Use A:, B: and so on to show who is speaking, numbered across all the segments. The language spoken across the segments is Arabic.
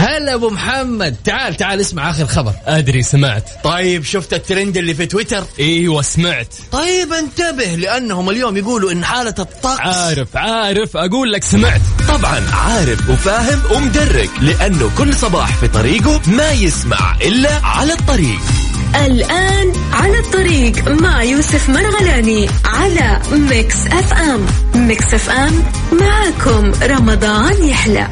A: هلا ابو محمد، تعال اسمع اخر خبر.
B: ادري سمعت.
A: طيب شفت الترند اللي في تويتر؟
B: ايوه سمعت.
A: طيب انتبه لانهم اليوم يقولوا ان حالة الطقس.
B: عارف اقول لك سمعت.
C: طبعا عارف وفاهم ومدرك، لانه كل صباح في طريقه ما يسمع الا على الطريق.
D: الآن على الطريق مع يوسف مرغلاني على ميكس اف ام. ميكس اف ام معكم رمضان يحلى.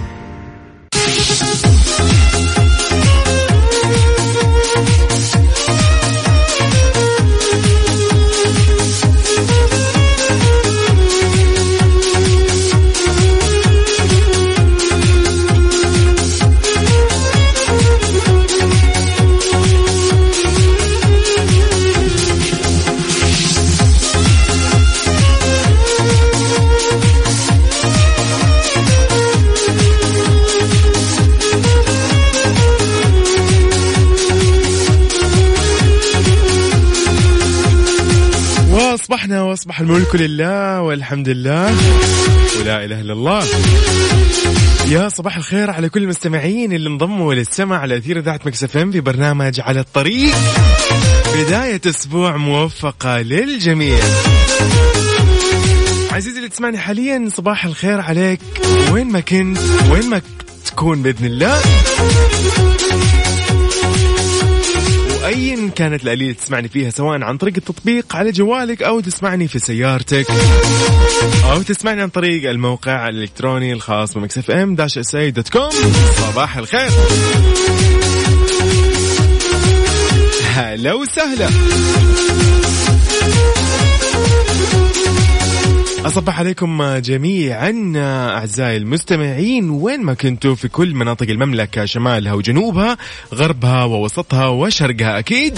E: أصبحنا وأصبح الملك لله والحمد لله ولا إله إلا الله. يا صباح الخير على كل المستمعين اللي انضموا للسمع على أثير إذاعة ميكس اف ام في برنامج على الطريق. بداية أسبوع موفقة للجميع. عزيزي اللي تسمعني حاليا، صباح الخير عليك وين ما كنت، وين ما تكون بإذن الله، أيا كانت الآلية اللي تسمعني فيها، سواء عن طريق التطبيق على جوالك أو تسمعني في سيارتك أو تسمعني عن طريق الموقع الإلكتروني الخاص بmixfm-sa.com. صباح الخير، هلا وسهلا. أصبح عليكم جميعا أعزائي المستمعين وين ما كنتوا في كل مناطق المملكة، شمالها وجنوبها، غربها ووسطها وشرقها. أكيد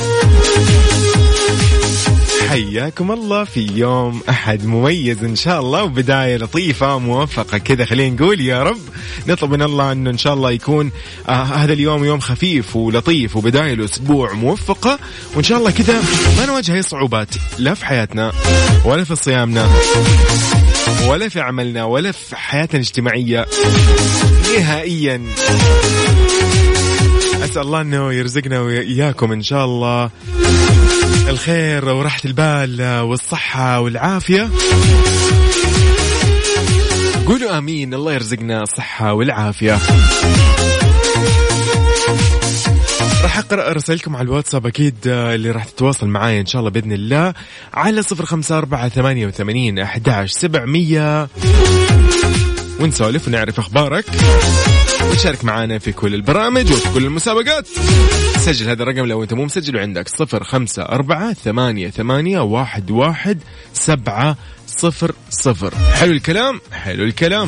E: حياكم الله في يوم أحد مميز إن شاء الله، وبداية لطيفة موفقة كذا. خلينا نقول يا رب، نطلب من الله أنه إن شاء الله يكون هذا اليوم يوم خفيف ولطيف وبداية لأسبوع موفقة، وإن شاء الله كذا ما نواجه أي صعوبات، لا في حياتنا ولا في صيامنا ولا في عملنا ولا في حياتنا الاجتماعية نهائيا. أسأل الله أنه يرزقنا وإياكم إن شاء الله الخير وراحة البال والصحة والعافية. قولوا آمين، الله يرزقنا الصحة والعافية. راح أقرأ رسائلكم على الواتساب أكيد اللي راح تتواصل معايا إن شاء الله بإذن الله على 0548811700 ونسولف ونعرف أخبارك وتشارك معانا في كل البرامج وفي كل المسابقات. سجل هذا الرقم لو أنت مو مسجل وعندك 0548811700. حلو الكلام، حلو الكلام.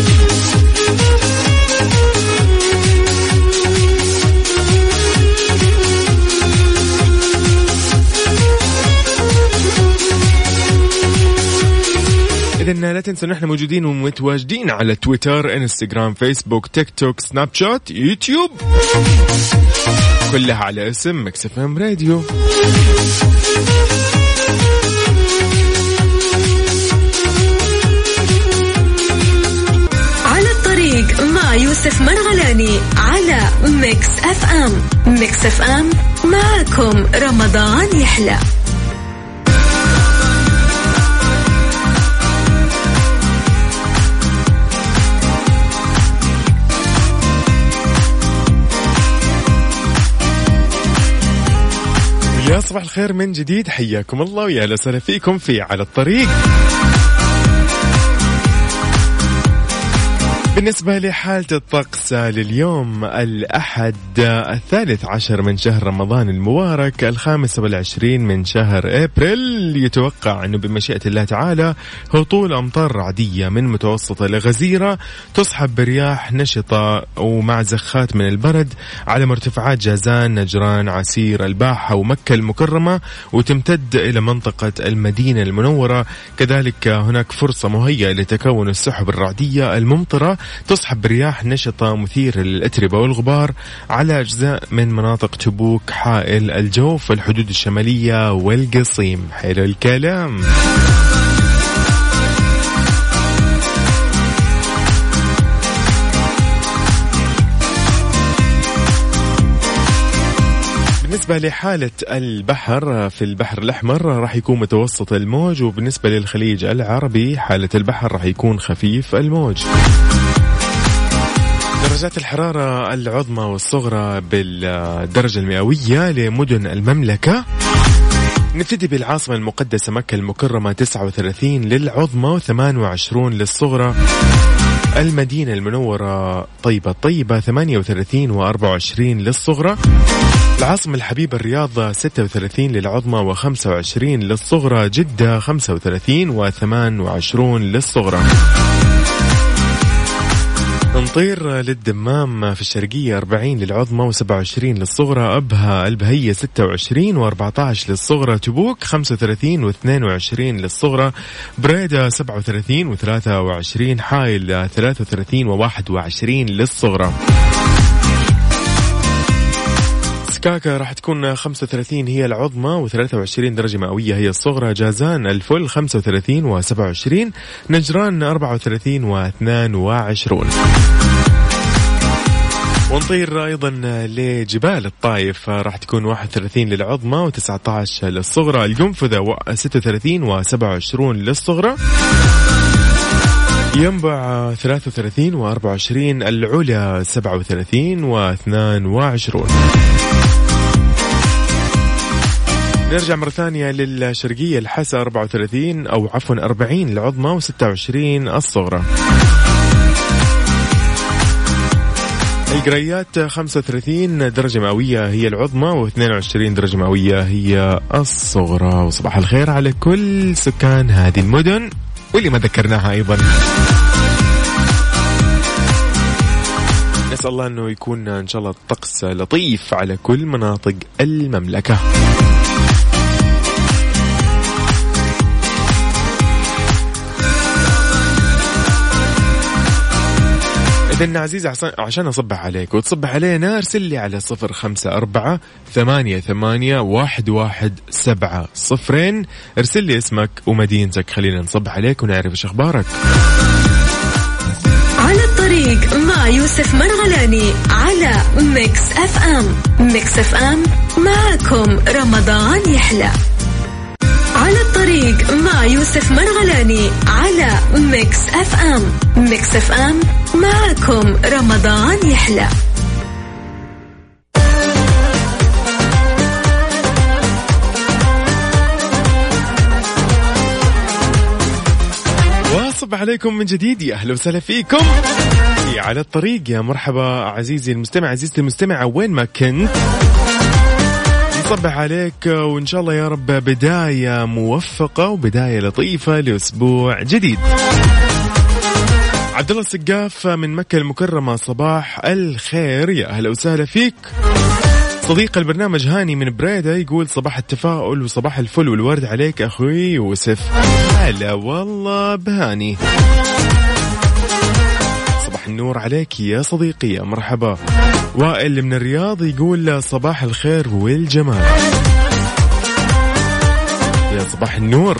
E: إذن لا تنسوا نحن موجودين ومتواجدين على تويتر، انستغرام، فيسبوك، تيك توك، سناب شات، يوتيوب، كلها على اسم ميكس اف ام راديو.
D: على الطريق مع يوسف مرغلاني على ميكس اف ام. ميكس اف ام معكم رمضان يحلى.
E: يا صباح الخير من جديد، حياكم الله ويا اهلا وسهلا فيكم في على الطريق. بالنسبة لحالة الطقس لليوم الأحد 13 من شهر رمضان المبارك 25 من شهر أبريل، يتوقع أنه بمشيئة الله تعالى هطول أمطار رعدية من متوسطة لغزيرة تصحب برياح نشطة ومع زخات من البرد على مرتفعات جازان، نجران، عسير، الباحة ومكة المكرمة، وتمتد إلى منطقة المدينة المنورة. كذلك هناك فرصة مهيئة لتكون السحب الرعدية الممطرة تصحب برياح نشطة مثيرة للأتربة والغبار على أجزاء من مناطق تبوك، حائل، الجوف، الحدود الشمالية والقصيم. حلو الكلام. بالنسبة لحالة البحر في البحر الأحمر راح يكون متوسط الموج، وبالنسبة للخليج العربي حالة البحر راح يكون خفيف الموج. درجات الحرارة العظمى والصغرى بالدرجة المئوية لمدن المملكة. نبتدي بالعاصمة المقدسة مكة المكرمة 39 للعظمى و28 للصغرى. المدينة المنورة طيبة 38 و24 للصغرى. العاصمة الحبيبة الرياض 36 للعظمى و25 للصغرى. جدة 35 و28 للصغرى. نطير للدمام في الشرقية 40 للعظمى و27 للصغرى. أبها البهية 26 و14 للصغرى. تبوك 35 و22 للصغرى. بريدة 37 و23. حائل 33 و21 للصغرى. سكاكا راح تكون 35 هي العظمى و23 درجة مئوية هي الصغرى. جازان الفل 35 و27. نجران 34 و22. ونطير أيضا لجبال الطائف راح تكون 31 للعظمى و19 للصغرى. القنفذة 36 و27 للصغرى. ينبع 33 و24. العلا 37 و22. نرجع مرة ثانية للشرقية. الحسا 34 أو عفوا 40 العظمى و26 الصغرى. القريات 35 درجة مئوية هي العظمى و22 درجة مئوية هي الصغرى. وصباح الخير على كل سكان هذه المدن واللي ما ذكرناها أيضا. نسأل الله أنه يكون إن شاء الله الطقس لطيف على كل مناطق المملكة. إذن عزيز عشان أصبح عليك وتصبح علينا ارسل لي على 0548811700. ارسل لي اسمك ومدينتك خلينا نصبح عليك ونعرف ايش اخبارك.
D: على الطريق مع يوسف مرغلاني على ميكس اف ام. ميكس اف ام معكم رمضان يحلى. على الطريق مع يوسف مرغلاني على ميكس اف ام. ميكس اف ام معكم رمضان يحلى.
E: واصب عليكم من جديد. يا أهلا وسهلا فيكم على الطريق. يا مرحبا عزيزي المستمع عزيزتي المستمعة وين ما كنت. نصبح عليك وإن شاء الله يا رب بداية موفقة وبداية لطيفة لأسبوع جديد. عبد الله السقاف من مكة المكرمة صباح الخير. يا أهلا وسهلا فيك. صديق البرنامج هاني من بريدة يقول صباح التفاؤل وصباح الفل والورد عليك أخوي يوسف. هلا والله بهاني. صباح النور عليك يا صديقي. يا مرحبا. وائل من الرياض يقول صباح الخير والجمال. يا صباح النور.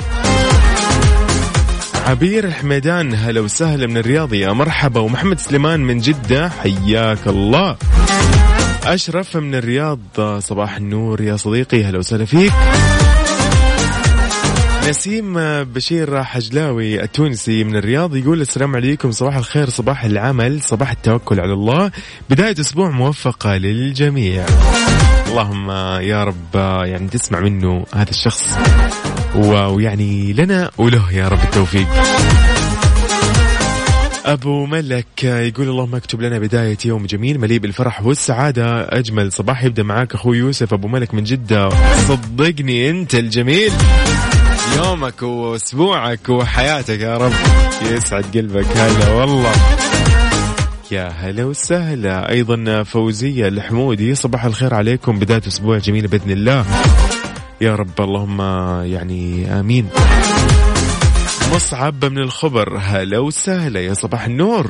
E: عبير الحميدان هلا وسهلا من الرياض. يا مرحبا. ومحمد سليمان من جدة حياك الله. أشرف من الرياض صباح النور يا صديقي هلا وسهلا فيك. نسيم بشير حجلاوي التونسي من الرياض يقول السلام عليكم صباح الخير صباح العمل صباح التوكل على الله بداية أسبوع موفقة للجميع. اللهم يا رب يعني تسمع منه هذا الشخص ويعني لنا وله يا رب التوفيق. أبو ملك يقول اللهم اكتب لنا بداية يوم جميل مليء بالفرح والسعادة. أجمل صباح يبدأ معاك أخوي يوسف. أبو ملك من جدة صدقني أنت الجميل. يومك وأسبوعك وحياتك يا رب يسعد قلبك. هلا والله. يا هلا وسهلا. أيضا فوزية الحمودي صباح الخير عليكم بداية أسبوع جميلة بإذن الله يا رب. اللهم يعني آمين. مصعب من الخبر هلا وسهلا يا صباح النور.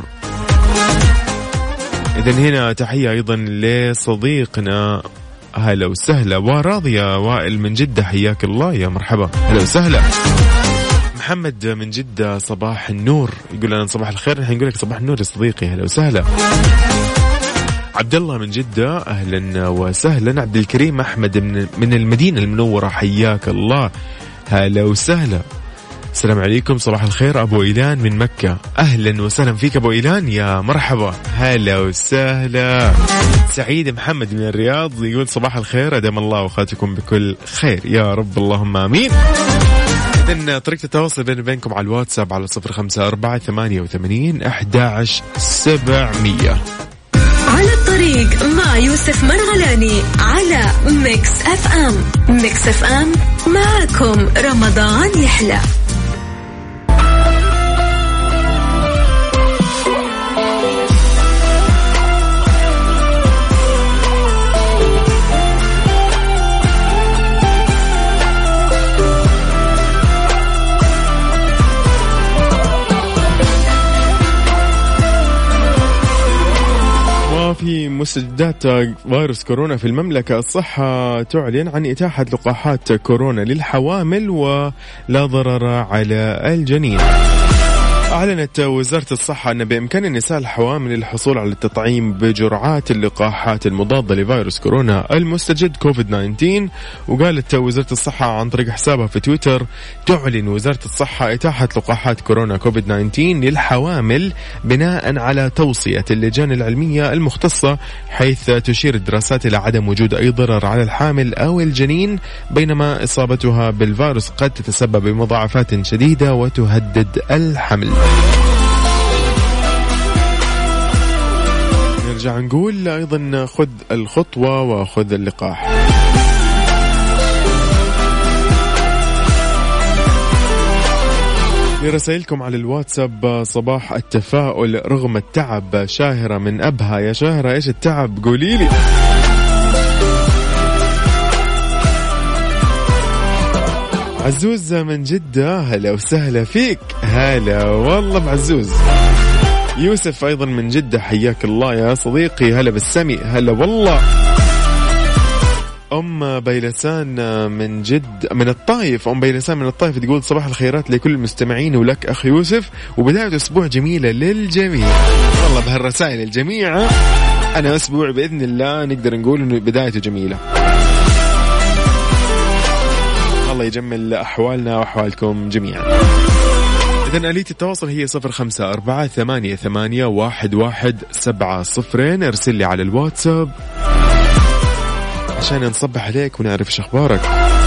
E: إذن هنا تحية أيضا لصديقنا هلا وسهلا. وراضية وائل من جدة حياك الله يا مرحبا هلا وسهلا. محمد من جدة صباح النور يقول لنا صباح الخير. نحن نقول لك صباح النور يا صديقي هلا وسهلا. عبد الله من جدة أهلا وسهلا. عبد الكريم أحمد من المدينة المنورة حياك الله هلا وسهلا. السلام عليكم صباح الخير أبو إيلان من مكة أهلا وسهلا فيك أبو إيلان يا مرحبا هلا وسهلا. سعيد محمد من الرياض يقول صباح الخير أدام الله أوقاتكم بكل خير يا رب اللهم آمين. إذن طريقة التواصل بيني وبينكم على الواتساب على 0548811700.
D: على الطريق مع يوسف مرغلاني على ميكس اف ام. ميكس اف ام معكم رمضان يحلى.
E: في مستجدات فيروس كورونا في المملكة الصحة تعلن عن إتاحة لقاحات كورونا للحوامل ولا ضرر على الجنين. أعلنت وزارة الصحة أن بإمكان النساء الحوامل الحصول على التطعيم بجرعات اللقاحات المضادة لفيروس كورونا المستجد كوفيد-19. وقالت وزارة الصحة عن طريق حسابها في تويتر تعلن وزارة الصحة إتاحة لقاحات كورونا كوفيد-19 للحوامل بناء على توصية اللجان العلمية المختصة، حيث تشير الدراسات إلى عدم وجود أي ضرر على الحامل أو الجنين، بينما إصابتها بالفيروس قد تتسبب بمضاعفات شديدة وتهدد الحمل. نرجع نقول أيضا خذ الخطوة وخذ اللقاح. لرسائلكم على الواتساب صباح التفاؤل رغم التعب. شاهرة من أبها يا شاهرة إيش التعب قوليلي. عزوز من جدة هلا وسهلا فيك هلا والله بعزوز. يوسف أيضا من جدة حياك الله يا صديقي هلا بالسمي هلا والله. أم بيلسان من من الطائف. أم بيلسان من الطائف تقول صباح الخيرات لكل المستمعين ولك أخ يوسف وبداية أسبوع جميلة للجميع. والله بهالرسائل الجميعة أنا أسبوع بإذن الله نقدر نقول إنه بدايته جميلة. الله يجمل أحوالنا وأحوالكم جميعا. إذن آلية التواصل هي 0548811700. ارسل لي على الواتساب عشان نصبح عليك ونعرف إيش أخبارك.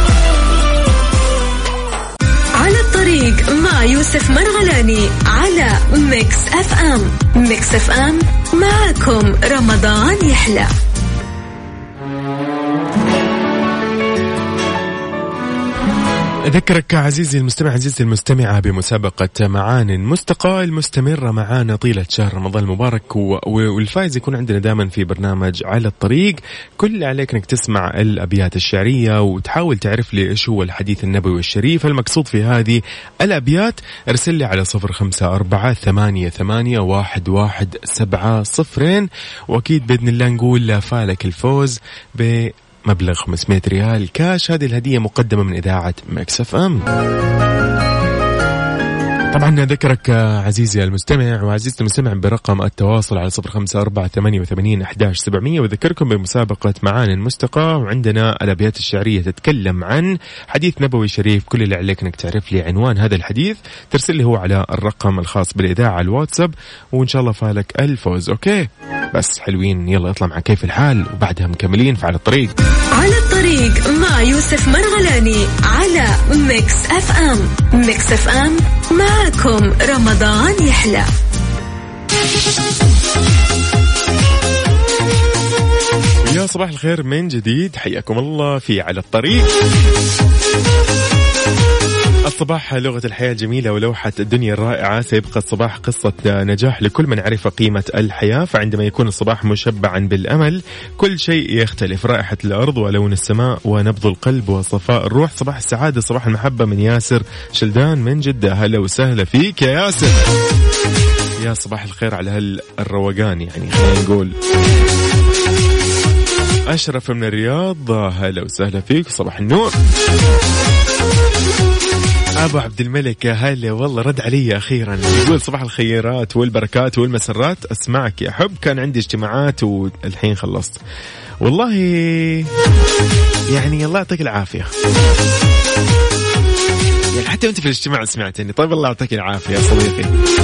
D: على الطريق مع يوسف مرغلاني على ميكس اف ام. ميكس اف ام معكم رمضان يحلى.
E: أذكرك عزيزي المستمع عزيزتي المستمعة بمسابقة معان مستقى المستمرة معانا طيلة شهر رمضان المبارك، والفائز يكون عندنا دائما في برنامج على الطريق. كل اللي عليك انك تسمع الأبيات الشعرية وتحاول تعرف لي ايش هو الحديث النبوي الشريف المقصود في هذه الأبيات. ارسل لي على 0548811700 وأكيد بإذن الله نقول لا فالك الفوز مبلغ 500 ريال كاش. هذه الهدية مقدمة من إذاعة ميكس اف ام. طبعا أذكرك عزيزي المستمع وعزيزتي المستمع برقم التواصل على 0548811700. وذكركم بمسابقة معان مستقى، وعندنا الأبيات الشعرية تتكلم عن حديث نبوي شريف. كل اللي عليك انك تعرف لي عنوان هذا الحديث، ترسل لي هو على الرقم الخاص بالإذاعة على الواتساب، وإن شاء الله فالك الفوز. أوكي بس حلوين، يلا اطلع مع كيف الحال وبعدها مكملين في على الطريق.
D: على الطريق مع يوسف مرغلاني على ميكس اف ام. ميكس اف ام معكم رمضان يحلى.
E: يا صباح الخير من جديد، حياكم الله في على الطريق. الصباح لغة الحياة الجميلة ولوحة الدنيا الرائعة. سيبقى الصباح قصة نجاح لكل من عرف قيمة الحياة، فعندما يكون الصباح مشبعا بالأمل كل شيء يختلف. رائحة الأرض ولون السماء ونبض القلب وصفاء الروح. صباح السعادة صباح المحبة من ياسر شلدان من جدة. هلا وسهلا فيك يا ياسر. يا صباح الخير على هالروقان يعني خلينا نقول. أشرف من الرياض هلا وسهلا فيك صباح النور. أبو عبد الملك هلا والله رد علي أخيرا، يقول صباح الخيرات والبركات والمسرات، أسمعك يا حب، كان عندي اجتماعات والحين خلصت. والله يعني الله يعطيك العافية، يعني حتى أنت في الاجتماع سمعتني. طيب الله يعطيك العافية يا صديقي.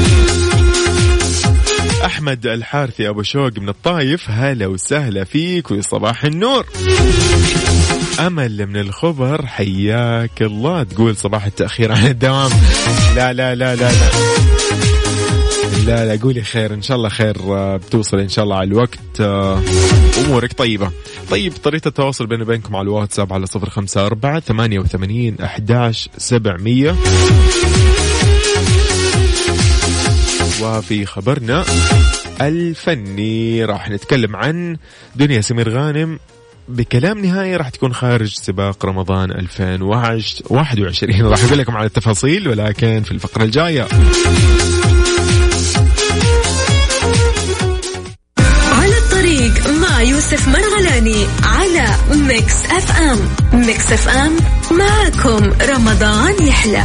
E: أحمد الحارثي أبو شوق من الطايف، هلا وسهلا فيك وصباح النور. أمل من الخبر حياك الله، تقول صباح التأخير عن الدوام. لا لا لا لا لا لا لا، قولي خير إن شاء الله، خير بتوصل إن شاء الله على الوقت، أمورك طيبة. طيب طريقة التواصل بيني وبينكم على الواتساب على 0548811700. وفي خبرنا الفني راح نتكلم عن دنيا سمير غانم بكلام نهائي راح تكون خارج سباق رمضان 2021. راح أقول لكم على التفاصيل ولكن في الفقرة الجاية.
D: على الطريق مع يوسف مرغلاني على ميكس اف ام. ميكس اف ام معكم رمضان يحلى.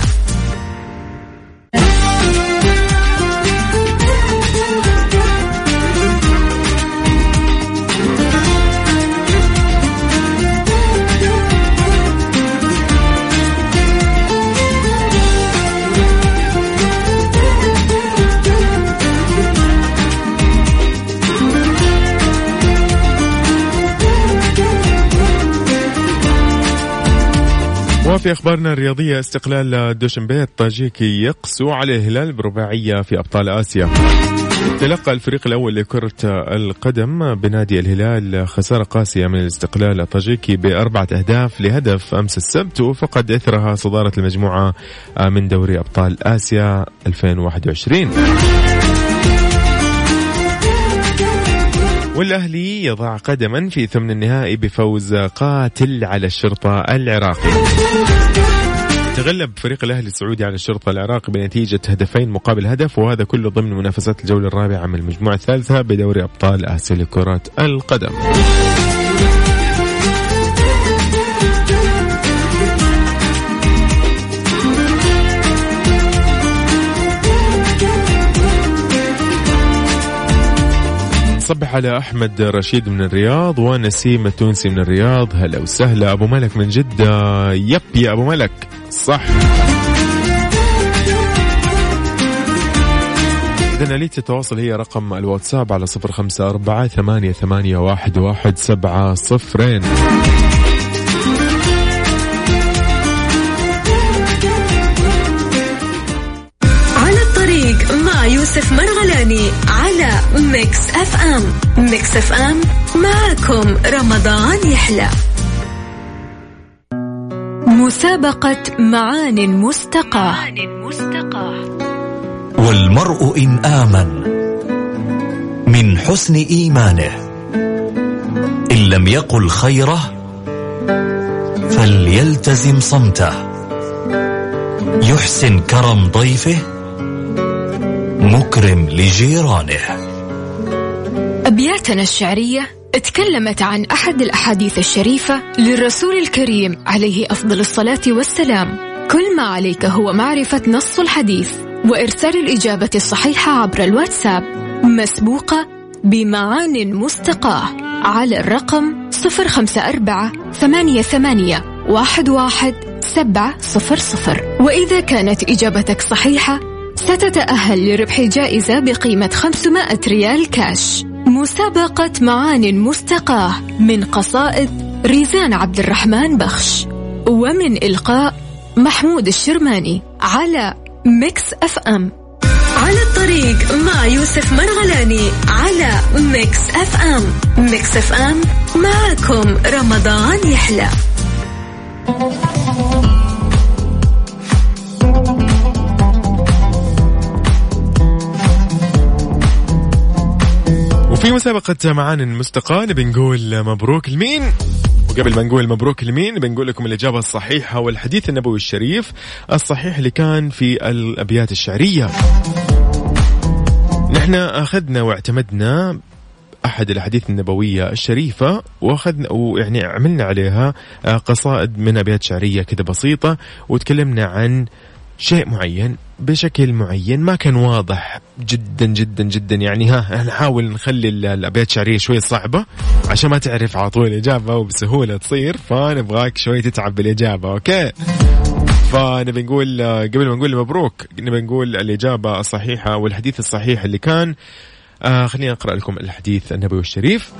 E: وفي أخبارنا الرياضية، استقلال دوشنبه الطاجيكي يقسو على الهلال برباعية في أبطال آسيا. تلقى الفريق الأول لكرة القدم بنادي الهلال خسارة قاسية من الاستقلال الطاجيكي ب4 أهداف لهدف أمس السبت، وفقد إثرها صدارة المجموعة من دوري أبطال آسيا 2021. والأهلي يضع قدما في ثمن النهائي بفوز قاتل على الشرطة العراقي. تغلب فريق الأهلي السعودي على الشرطة العراقي بنتيجة 2-1، وهذا كله ضمن منافسات الجولة الرابعة من المجموعة الثالثة بدوري أبطال آسيا لكرة القدم. صبح على أحمد رشيد من الرياض ونسيم التونسي من الرياض، هلا وسهلا. أبو ملك من جدة، يب يا أبو ملك صح. إذن آلية التواصل هي رقم الواتساب على 0548811700.
D: مع يوسف مرغلاني على ميكس اف ام. ميكس اف ام معكم رمضان يحلى. مسابقة معان مستقاة.
F: والمرء إن آمن من حسن إيمانه إن لم يقل خيره فليلتزم صمته، يحسن كرم ضيفه، مكرم لجيرانه.
G: أبياتنا الشعرية تكلمت عن أحد الأحاديث الشريفة للرسول الكريم عليه أفضل الصلاة والسلام. كل ما عليك هو معرفة نص الحديث وإرسال الإجابة الصحيحة عبر الواتساب مسبوقة بمعان مستقاة على الرقم 0548811700. وإذا كانت إجابتك صحيحة ستتأهل لربح جائزة بقيمة 500 ريال كاش. مسابقة معان مستقاة من قصائد ريزان عبد الرحمن بخش، ومن إلقاء محمود الشرماني على ميكس اف ام.
D: على الطريق مع يوسف مرغلاني على ميكس اف ام. ميكس اف ام معكم رمضان يحلى.
E: وفي مسابقة معان مستقاة بنقول مبروك لمين، وقبل ما نقول مبروك لمين بنقول لكم الإجابة الصحيحة والحديث النبوي الشريف الصحيح اللي كان في الأبيات الشعرية. نحن أخذنا واعتمدنا أحد الأحاديث النبوية الشريفة وأخذنا ويعني عملنا عليها قصائد من أبيات شعرية كده بسيطة، وتكلمنا عن شيء معين بشكل معين ما كان واضح جدا جدا جدا، يعني نحاول نخلي الأبيات الشعرية شوي صعبة عشان ما تعرف على طول الإجابة وبسهولة تصير، فنبغاك شوي تتعب بالإجابة. أوكي، فنبي نقول قبل ما نقول مبروك نبي نقول الإجابة الصحيحة والحديث الصحيح اللي كان خلينا أقرأ لكم الحديث النبوي الشريف.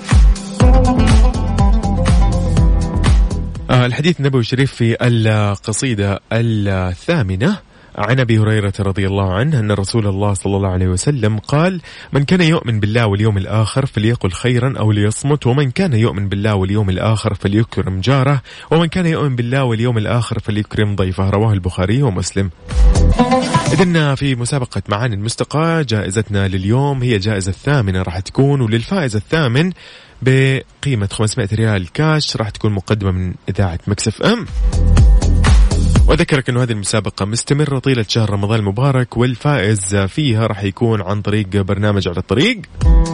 E: الحديث النبوي الشريف في القصيدة الثامنة عن أبي هريرة رضي الله عنه أن رسول الله صلى الله عليه وسلم قال: من كان يؤمن بالله واليوم الآخر فليقل خيرا أو ليصمت، ومن كان يؤمن بالله واليوم الآخر فليكرم جاره، ومن كان يؤمن بالله واليوم الآخر فليكرم ضيفه. رواه البخاري ومسلم. إذن في مسابقة معاني المستقى جائزتنا لليوم هي الجائزة الثامنة راح تكون، وللفائز الثامن بقيمة 500 ريال كاش راح تكون مقدمة من إذاعة مكس اف ام. وأذكرك أنه هذه المسابقة مستمرة طيلة شهر رمضان المبارك، والفائز فيها راح يكون عن طريق برنامج على الطريق.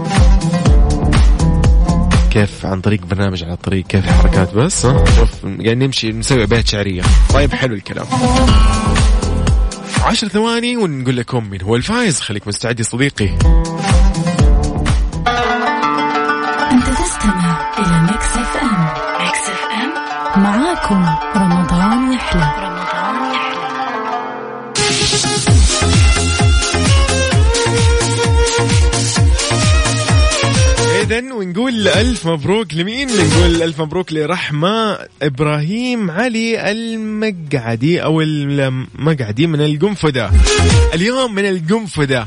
E: كيف عن طريق برنامج على الطريق؟ كيف الحركات بس شوف يعني نمشي نسوي بيت شعرية. طيب حلو الكلام. 10 ثواني ونقول لكم مين هو الفائز. خليك مستعد يا صديقي.
D: أنت تستمع إلى ميكس اف ام. ميكس اف ام معاكم رمضان يحلى.
E: إذن ونقول ألف مبروك لمين؟ نقول ألف مبروك لرحمة إبراهيم علي المقعدي أو المقعدي من القنفذة. اليوم من القنفذة.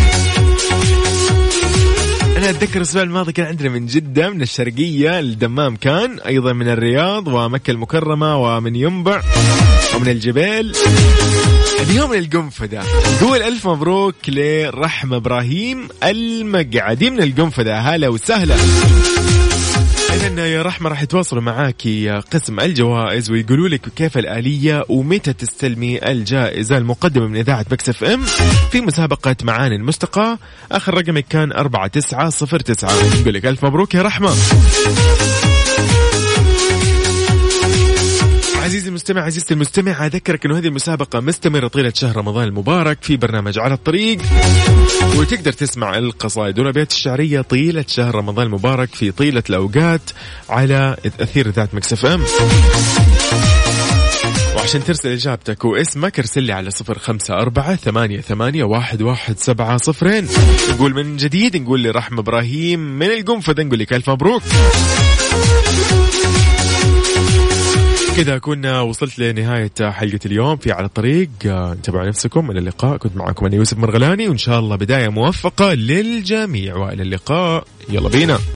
E: أنا أتذكر الأسبوع الماضي كان عندنا من جدة، من الشرقية، الدمام كان أيضا من الرياض ومكة المكرمة ومن ينبع ومن الجبال. اليوم من القنفذة. نقول ألف مبروك لرحمة إبراهيم المقعدي من القنفذة. هلا وسهلا. إذن يا رحمة راح يتواصلوا معاكي قسم الجوائز ويقولوا لك كيف الآلية ومتى تستلمي الجائزة المقدمة من إذاعة مكس اف ام في مسابقة معاني المستقى. آخر رقمك كان 4909. نقول لك ألف مبروك يا رحمة. عزيزي المستمع، عزيزتي المستمع، أذكرك أنه هذه المسابقة مستمرة طيلة شهر رمضان المبارك في برنامج على الطريق، وتقدر تسمع القصائد والأبيات الشعرية طيلة شهر رمضان المبارك في طيلة الأوقات على أثير إذاعة مكس اف ام. وعشان ترسل إجابتك واسمك ارسل لي على 0548811700. نقول من جديد، نقول لرحمة إبراهيم من القنفذة نقول لك ألف مبروك. كذا كنا وصلت لنهاية حلقة اليوم في على الطريق. انتبهوا نفسكم. إلى اللقاء. كنت معكم أنا يوسف مرغلاني، وإن شاء الله بداية موفقة للجميع، وإلى اللقاء. يلا بينا.